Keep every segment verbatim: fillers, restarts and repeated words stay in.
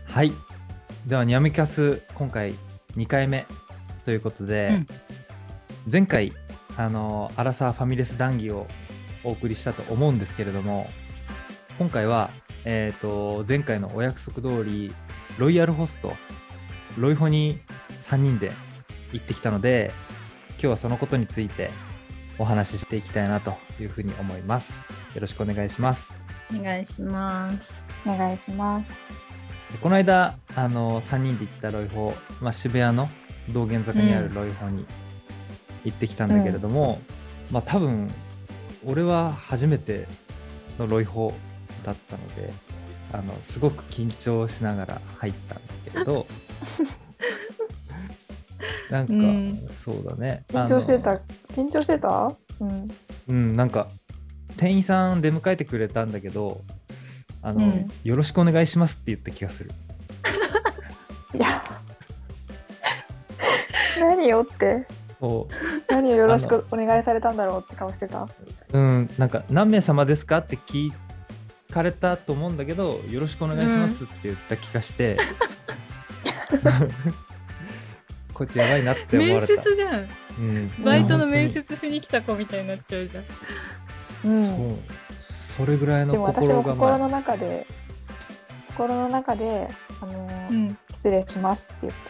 はい。ではニャミキャス今回にかいめということで、うん、前回あのアラサーファミレス談義をお送りしたと思うんですけれども、今回は、えー、と前回のお約束通りロイヤルホストロイホにさんにんで行ってきたので、今日はそのことについてお話ししていきたいなというふうに思います。よろしくお願いします。 お願いします。 お願いします。 この間あのさんにんで行ったロイホ、まあ、渋谷の道玄坂にあるロイホに行ってきたんだけれども、うん、まあ多分俺は初めてのロイホだったので、あのすごく緊張しながら入ったんだけれどなんか、うん、そうだね、 緊張してた緊張してたうん、 うん、なんか店員さん出迎えてくれたんだけど、あの、うん、よろしくお願いしますって言った気がする。 いや何よってそう何をよろしくお願いされたんだろうって顔してた。 うん、なんか何名様ですかって聞かれたと思うんだけど、よろしくお願いしますって言った気がして、うん、こいつやばいなって思われた。 面接じゃん、うん、バイトの面接しに来た子みたいになっちゃうじゃん。 うん、 そうそれぐらいの心構え。 でも私も心の中で心の中で、あのーうん、失礼しますって言った。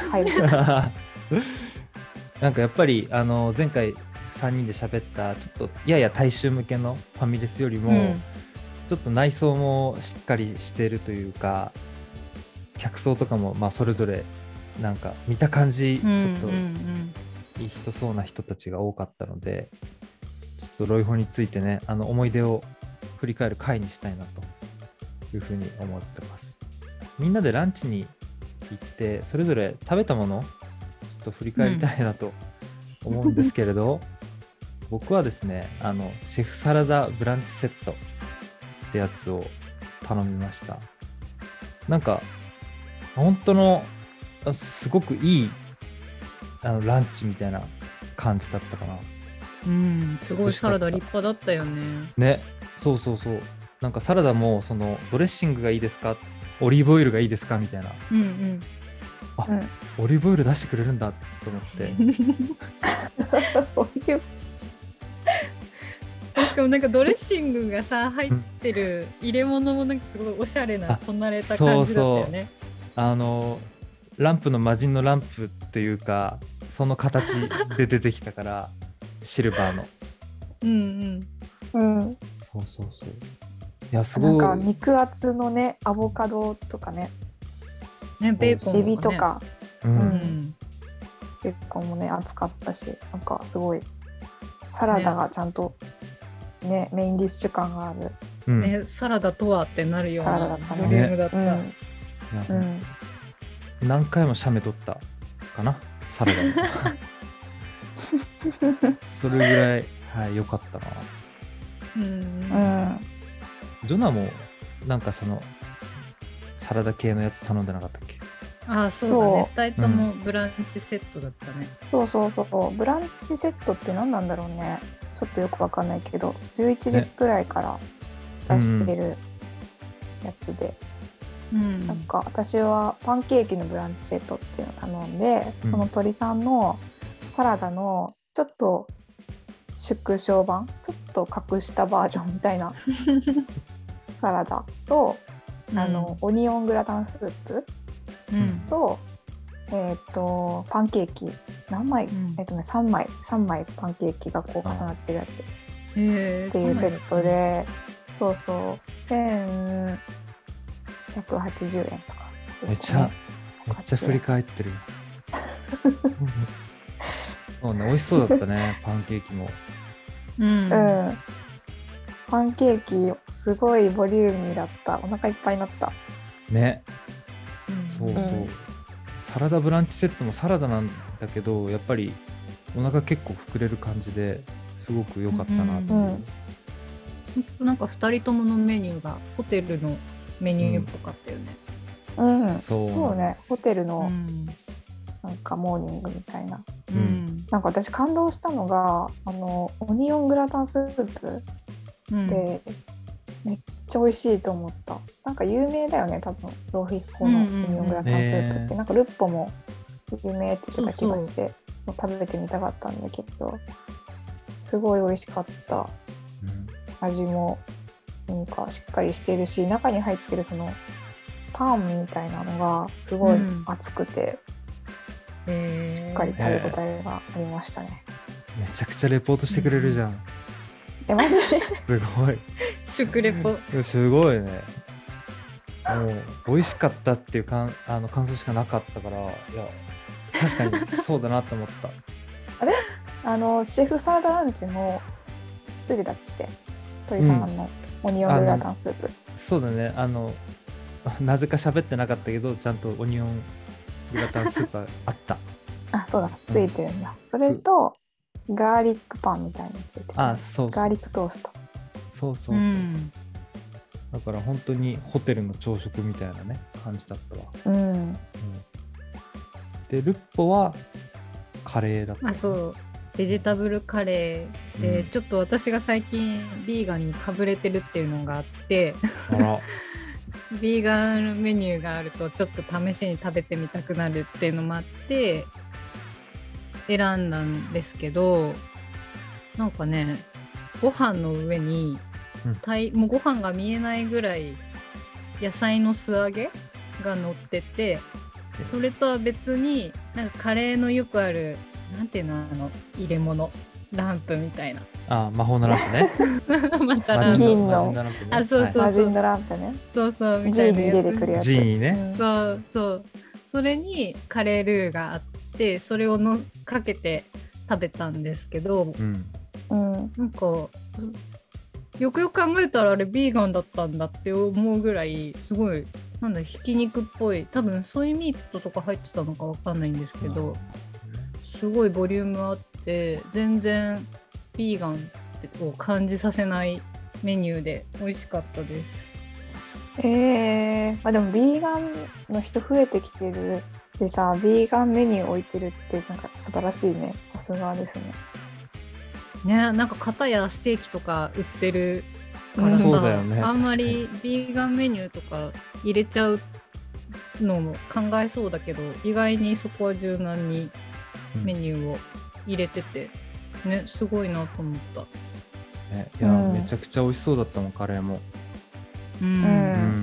入るなんかやっぱりあの前回さんにんで喋ったちょっとやや大衆向けのファミレスよりも、うん、ちょっと内装もしっかりしているというか、客層とかもまあそれぞれなんか見た感じ、うん、ちょっといい人そうな人たちが多かったので、ちょっとロイホについてね、あの思い出を振り返る回にしたいなというふうに思ってます。みんなでランチに行ってそれぞれ食べたものちょっと振り返りたいなと思うんですけれど、うん、僕はですね、あのシェフサラダブランチセットってやつを頼みました。なんか本当のすごくいいあのランチみたいな感じだったかな。 うん、すごいサラダ立派だったよね。 ね、そうそうそう。なんかサラダもそのドレッシングがいいですか、オリーブオイルがいいですかみたいな。 うんうん。 あ、うん、オリーブオイル出してくれるんだと思って。 しかもなんかドレッシングがさ入ってる入れ物もなんかすごいおしゃれなこなれた感じだったよね。 そうそう、あのランプの魔人のランプというかその形で出てきたからシルバーの。 うんうんうん。 そうそうそう。いやすごい。 なんか肉厚のねアボカドとかね。 ね、ベーコンとかね。 エビとか。 うん。うんうんベーコンもね厚かったし、なんかすごいサラダがちゃんとね、ねメインディッシュ感がある、 うんね、サラダとはってなるようなサラダだったね。 ボリュームだった、ねうんうん、何回も写メ撮ったかなサラダにそれぐらいはい良かったな。 うん、うん、 ジョナもなんかそのサラダ系のやつ頼んでなかったっけ？ ああそうだね、ふたりともブランチセットだったね、 うん、そうそうそう。ブランチセットって何なんだろうね。ちょっとよくわかんないけどじゅういちじくらいから出してるやつで、ねうん、なんか私はパンケーキのブランチセットっていうのを頼んで、うん、その鳥さんのサラダのちょっと縮小版ちょっと隠したバージョンみたいなサラダと、うん、あのオニオングラタンスープと、うん、えー、とパンケーキ何枚、うんえーとね、さんまいさんまいパンケーキがこう重なってるやつっていうセットで、そうそうせんひゃくはちじゅうえんとかでしたね。 めっちゃめっちゃ振り返ってるそうね、美味しそうだったねパンケーキも、 うんうん、パンケーキすごいボリューミーだった。お腹いっぱいになったね、うん、そうそう、うん、サラダブランチセットもサラダなんだけどやっぱりお腹結構膨れる感じですごく良かったなという、うんうん、なんかふたりとものメニューがホテルのメニューっぽかったよね。 うん、うん、そう、そうね、ホテルのなんかモーニングみたいな、うん、なんか私感動したのがあのオニオングラタンスープで、 めっちゃ美味しいと思った。なんか有名だよね多分ローフィフコのオニオングラタンスープって、うんうんうん、なんかルッポも有名って言ってた気がして、そうそう、食べてみたかったんだけどすごい美味しかった、うん、味もなんかしっかりしているし、中に入ってるそのパンみたいなのがすごい厚くて、うん、しっかり食べ応えがありましたね、 えー、めちゃくちゃレポートしてくれるじゃん、うん、 えマジですごい食レポすごいね。もう美味しかったっていうかんあの感想しかなかったから、いや確かにそうだなって思ったあれあのシェフサラダランチもついてたっけ、鳥さんのオニオングラタンスープ、うん、 そうだね、あのなぜか喋ってなかったけどちゃんとオニオングラタンスープあったあ、そうだ、ついてるんだ、うん、それとガーリックパンみたいについてる、 あ、そうそう、 ガーリックトースト、 そうそうそうそう、うん、だから本当にホテルの朝食みたいなね感じだったわ、うんうん、でルッポはカレーだった、ね、 あ、そうベジタブルカレーで、うん、ちょっと私が最近ビーガンにかぶれてるっていうのがあってあらビーガンメニューがあるとちょっと試しに食べてみたくなるっていうのもあって選んだんですけど、なんかねご飯の上に、うん、もうご飯が見えないぐらい野菜の素揚げが乗ってて、それとは別になんかカレーのよくあるなんていうの、あの入れ物ランプみたいな、 あ、魔法のランプねまたランプ銀のあ、そうそうそう、 魔人のランプね、 そうそうみたいなやつ、 ジーニー出てくるやつ、 ジーニーね、 そうそう、それにカレールーがあってそれをのかけて食べたんですけど、うんうん、なんかよくよく考えたらあれビーガンだったんだって思うぐらいすごいなんだひき肉っぽい、多分ソイミートとか入ってたのかわかんないんですけど、すごいボリュームあって全然ビーガンを感じさせないメニューで美味しかったです。 えー、まあ、でもビーガンの人増えてきてるしさ、ビーガンメニュー置いてるってなんか素晴らしいね、さすがですね。 ね、なんか片やステーキとか売ってるからさ、 そうだよね、 あんまりビーガンメニューとか入れちゃうのも考えそうだけど、意外にそこは柔軟にメニューを入れてて、うん、ね、すごいなと思った、 ね、いや、うん、めちゃくちゃ美味しそうだったもん、カレーも、 うんうん、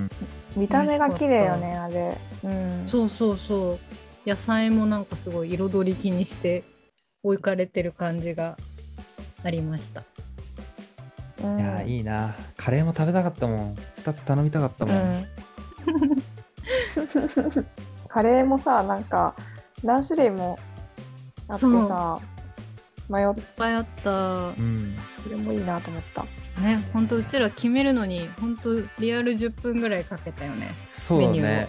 見た目が綺麗よね、あれ、うん、 そうそうそう、野菜もなんかすごい彩り気にして置かれてる感じがありました、 うん、いやいいな、カレーも食べたかったもん、ふたつ頼みたかったもん、うん、 カレーもさ、なんか何種類もあってさ、迷っいっぱいあった、うん、 それもいいなと思ったね。ほんとうちら決めるのにほんとリアルじゅっぷんぐらいかけたよね。 そうだね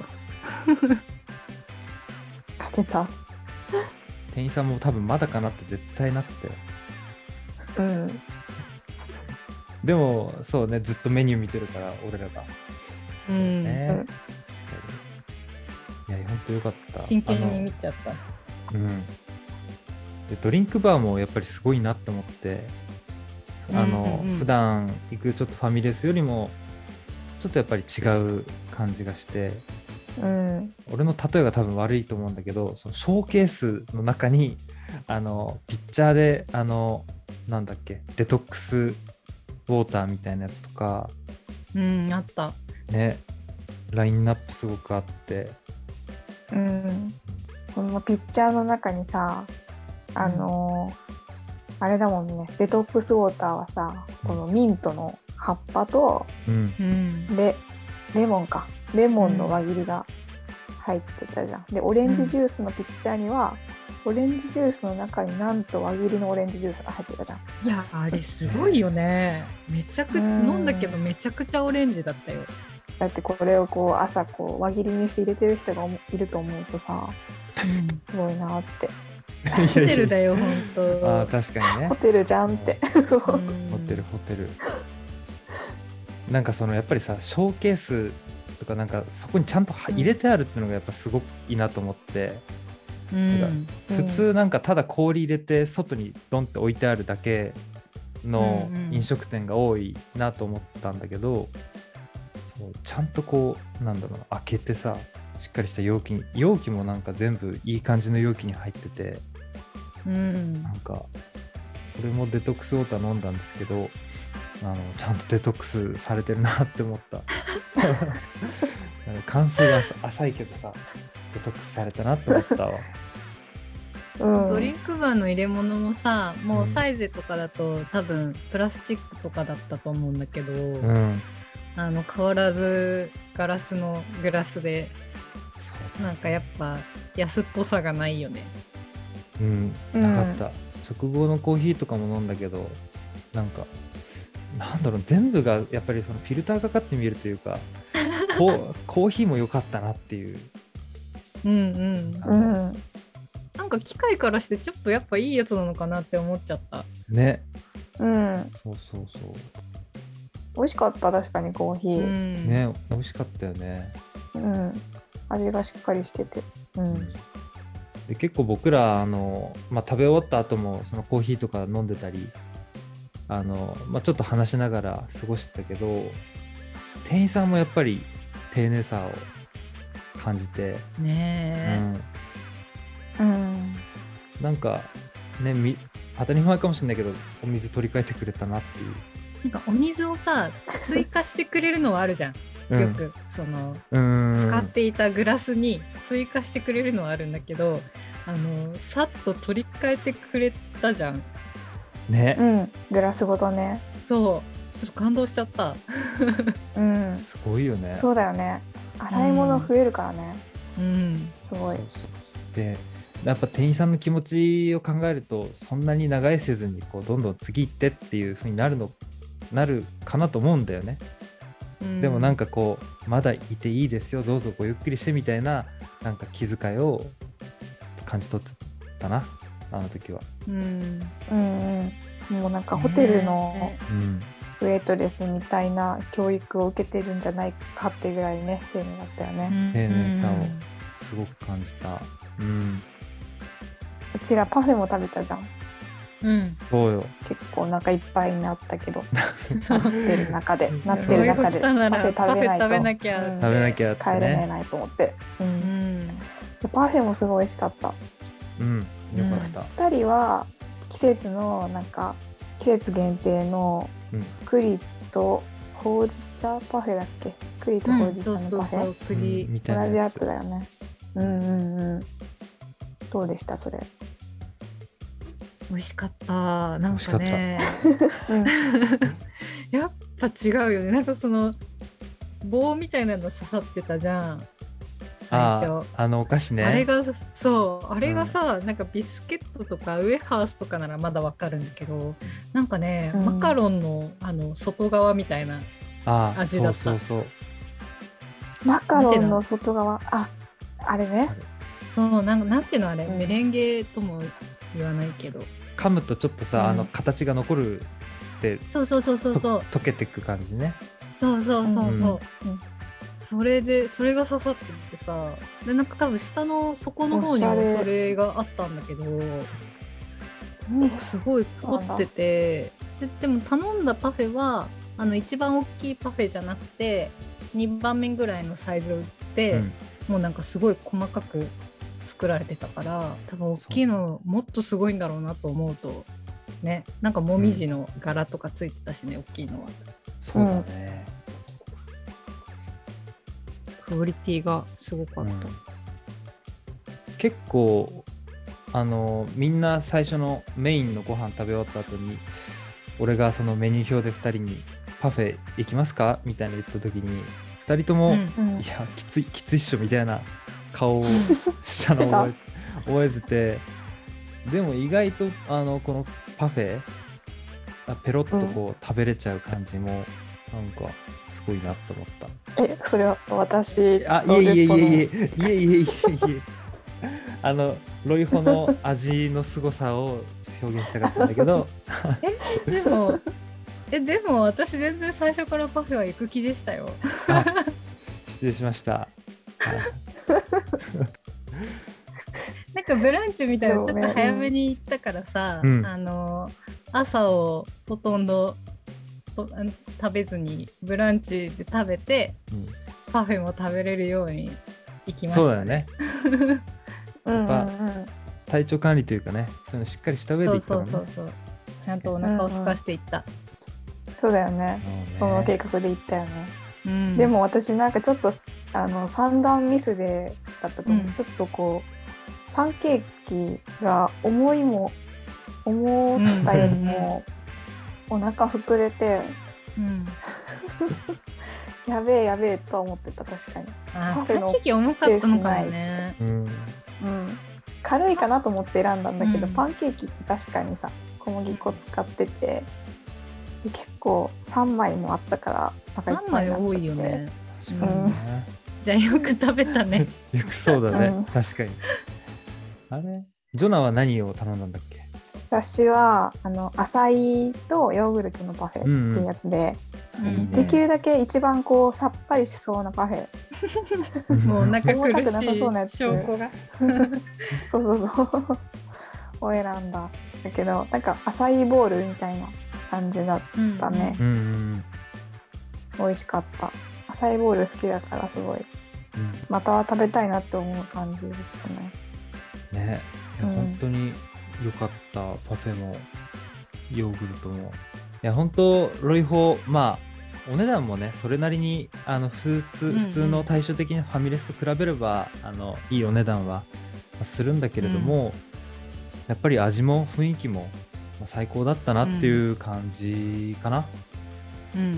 かけた店員さんも多分まだかなって絶対なってたよ、うん、でもそうね、ずっとメニュー見てるから俺らが、うんね、うん、確かに、いやほんとよかった、 真剣に見ちゃった。うん、 でドリンクバーもやっぱりすごいなって思って、あの、うんうんうん、普段行くちょっとファミレスよりもちょっとやっぱり違う感じがして、うん、俺の例えが多分悪いと思うんだけど、そのショーケースの中にあのピッチャーであのなんだっけデトックスウォーターみたいなやつとか、 うん、あったね、ラインナップすごくあって、 うん、このピッチャーの中にさ、あのーうん、あれだもんね、デトックスウォーターはさ、このミントの葉っぱと、うん、レ, レモンかレモンの輪切りが入ってたじゃん。でオレンジジュースのピッチャーには、うん、オレンジジュースの中になんと輪切りのオレンジジュースが入ってたじゃん。 いやあれすごいよね、めちゃくちゃ飲んだけどめちゃくちゃオレンジだったよ。 だってこれをこう朝こう輪切りにして入れてる人がいると思うとさ、うん、すごいなってホテルだよ本当。 あ、確かにね、 ホテルじゃんってホテルホテルなんかそのやっぱりさ、ショーケースとかなんかそこにちゃんと入れてあるっていうのがやっぱすごくいいなと思って、うん、普通なんかただ氷入れて外にドンって置いてあるだけの飲食店が多いなと思ったんだけど、そうちゃんとこうなんだろうな、開けてさ、しっかりした容器に、容器もなんか全部いい感じの容器に入ってて、 うん、 なんか俺もデトックスウォーター飲んだんですけど、あのちゃんとデトックスされてるなって思った感想が浅いけどさ、デトックスされたなって思ったわ。 うん、ドリンクバーの入れ物もさ、もうサイゼとかだと、うん、多分プラスチックとかだったと思うんだけど、うん、あの変わらずガラスのグラスで、なんかやっぱ安っぽさがないよね。 うん、なかった、うん、直後のコーヒーとかも飲んだけど、なんかなんだろう、全部がやっぱりそのフィルターかかって見えるというかコ, コーヒーも良かったなっていう。 うんうんうん、なんか機械からしてちょっとやっぱいいやつなのかなって思っちゃったね。 うん、 そうそうそう、 美味しかった。確かにコーヒー、うん、 ね、美味しかったよね。 うん、味がしっかりしてて、うん、 で結構僕らあの、まあ、食べ終わった後もそのコーヒーとか飲んでたり、あの、まあ、ちょっと話しながら過ごしてたけど、店員さんもやっぱり丁寧さを感じてねえ、うんうん、 なんかね、み当たり前かもしれないけど、お水取り替えてくれたなっていう。 なんかお水をさ追加してくれるのはあるじゃんうん、 よくその使っていたグラスに追加してくれるのはあるんだけど、あのさっと取り替えてくれたじゃんね、 うん、グラスごとね。 そうちょっと感動しちゃったうん、 すごいよね。 そうだよね、洗い物増えるからね、 うん、 すごい。 そうそうでやっぱ店員さんの気持ちを考えると、そんなに長居せずにこうどんどん次行ってっていう風になるのなるかなと思うんだよね、うん、でもなんかこうまだいていいですよ、どうぞごゆっくりしてみたいな、なんか気遣いをちょっと感じ取ってたな、あの時は。 うんうん、もうなんかホテルのウェイトレスみたいな教育を受けてるんじゃないかっていうぐらいね、丁寧だったよね。 丁寧さをすごく感じた。うん、 うちらパフェも食べたじゃん。 うん、 そうよ。 結構お腹いっぱいになったけどなってる中でなってる中でパフェ食べないと、 食べなきゃ、 うん、食べなきゃってね、 帰れないと思って、うんうん、パフェもすごい美味しかった。 うん、よかった。 ふたりは季節のなんか季節限定の栗とほうじ茶パフェだっけ、栗とほうじ茶のパフェ、うん、そうそうそう、栗、うん、同じやつだよね。うんうんうん。どうでしたそれ？ 美味しかった。なんかねやっぱ違うよね。なんかその棒みたいなの刺さってたじゃん最初。 あ, あのお菓子ね。 あれがそうあれがさ、うん、なんかビスケットとかウエハースとかならまだわかるんだけど、なんかね、うん、マカロン の, あの外側みたいな味だった。 そうそうそう、 マカロンの外側、ああれね、 そうなん、なんていうのあれ、うん、メレンゲとも言わないけど、 噛むとちょっとさ、うん、あの形が残るってそうそうそうそうそう溶けていく感じね。 そうそうそうそう、うんうん、それでそれが刺さっててさ、でなんか多分下の底の方にもそれがあったんだけど、すごい凝ってて、で, でも頼んだパフェはあの一番大きいパフェじゃなくてにばんめぐらいのサイズで、うん、もうなんかすごい細かく作られてたから、多分大きいのもっとすごいんだろうなと思うとね、なんかもみじの柄とかついてたしね、うん、大きいのは。 そうだね、 クオリティがすごかった、うん、 結構あのみんな最初のメインのご飯食べ終わった後に、俺がそのメニュー表でふたりにパフェ行きますかみたいな言った時にふたりとも、うん、いやきついきついっしょみたいな顔をしたのを覚え、覚えてて、でも意外とあのこのパフェペロッとこう、うん、食べれちゃう感じもなんかすごいなと思った。 え、それは私あ、いえいえいえいえいえいえいえいえあのロイホの味の凄さを表現したかったんだけどえでもえでも私全然最初からパフェは行く気でしたよ。 あ、失礼しましたなんかブランチみたいなちょっと早めに行ったからさ、うん、あの朝をほとんどと食べずにブランチで食べて、うん、パフェも食べれるように行きましたね。 そうだよねやっぱ体調管理というかね、そういうのしっかりした上で行ったからね。 そうそうそうそう、ちゃんとお腹を空かしていった、 うんうん、そうだよね、その計画で行ったよね、うん、でも私なんかちょっとあの三段ミスでだったと思う、うん、ちょっとこうパンケーキが重いも思ったよりもお腹膨れて、うん、やべえやべえとは思ってた。確かにあパンケーキ重かったのかもね、うんうん、軽いかなと思って選んだんだけど、うん、パンケーキって確かにさ小麦粉使ってて結構さんまいもあったからお腹いっぱいになっちゃって。さんまい多いよね、 うん、じゃあよく食べたねよくそうだね、うん、確かに。あれジョナは何を頼んだんだっけ。 私はあのアサイとヨーグルトのパフェっていうやつで、うんうん、できるだけ一番こうさっぱりしそうなパフェもうお腹苦しい証拠がそうそうそうを選んだ。だけどなんかアサイボールみたいな感じだったね、うんうん、美味しかった。アサイボール好きだからすごい、うん、また食べたいなって思う感じだったね。 ね、いや、うん、本当に良かった。パフェもヨーグルトも。いや本当ロイホー、まあお値段もねそれなりにあの普通、普通の対照的なファミレスと比べればあのいいお値段はするんだけれども、うん、やっぱり味も雰囲気も最高だったなっていう感じかな。うん、うんうん、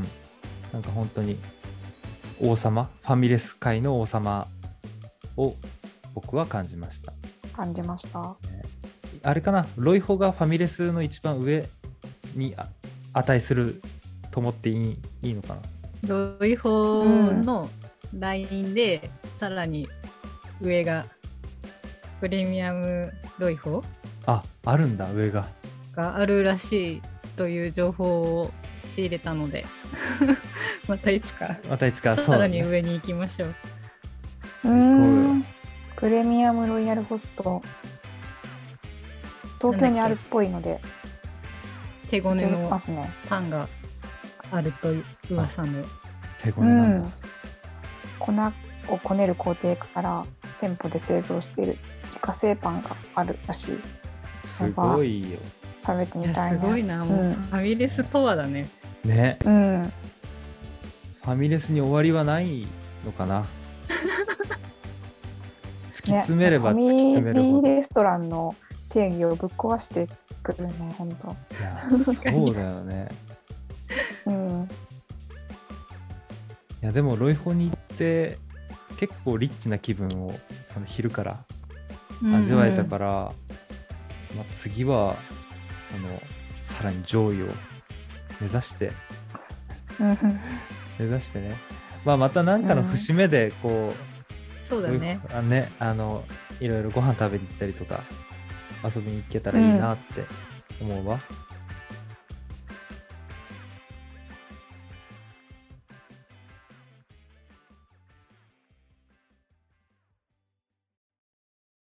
なんか本当に王様、ファミレス界の王様を僕は感じました。 感じました、ね。 あれかな、ロイホがファミレスの一番上に値すると思っていい、いいのかな。 ロイホのラインで、うん、さらに上がプレミアムロイホあ、あるんだ、上ががあるらしいという情報を仕入れたのでまたいつかまたいつかさらに上に行きましょう。 うーん、プレミアムロイヤルホスト東京にあるっぽいので手ごねのパンがあるという噂の。 手ごねなんだ、うん、 粉をこねる工程から店舗で製造している自家製パンがあるらしい。 すごいよ。 食べてみたいね。 すごいな、もう、うん、ファミレスとはだね。 ね、 うん、 ファミレスに終わりはないのかな突き詰めれば突き詰めるほど、ね、 ファミリーレストランの定義をぶっ壊してくるね、本当。いやそうだよねうん、いやでもロイホに行って結構リッチな気分をその昼から味わえたから、うんうん、まあ、次はそのさらに上位を目指して目指してね、まあ、また何かの節目でこう、うん、 そうだね、 あね、あのいろいろご飯食べに行ったりとか遊びに行けたらいいなって思うわ、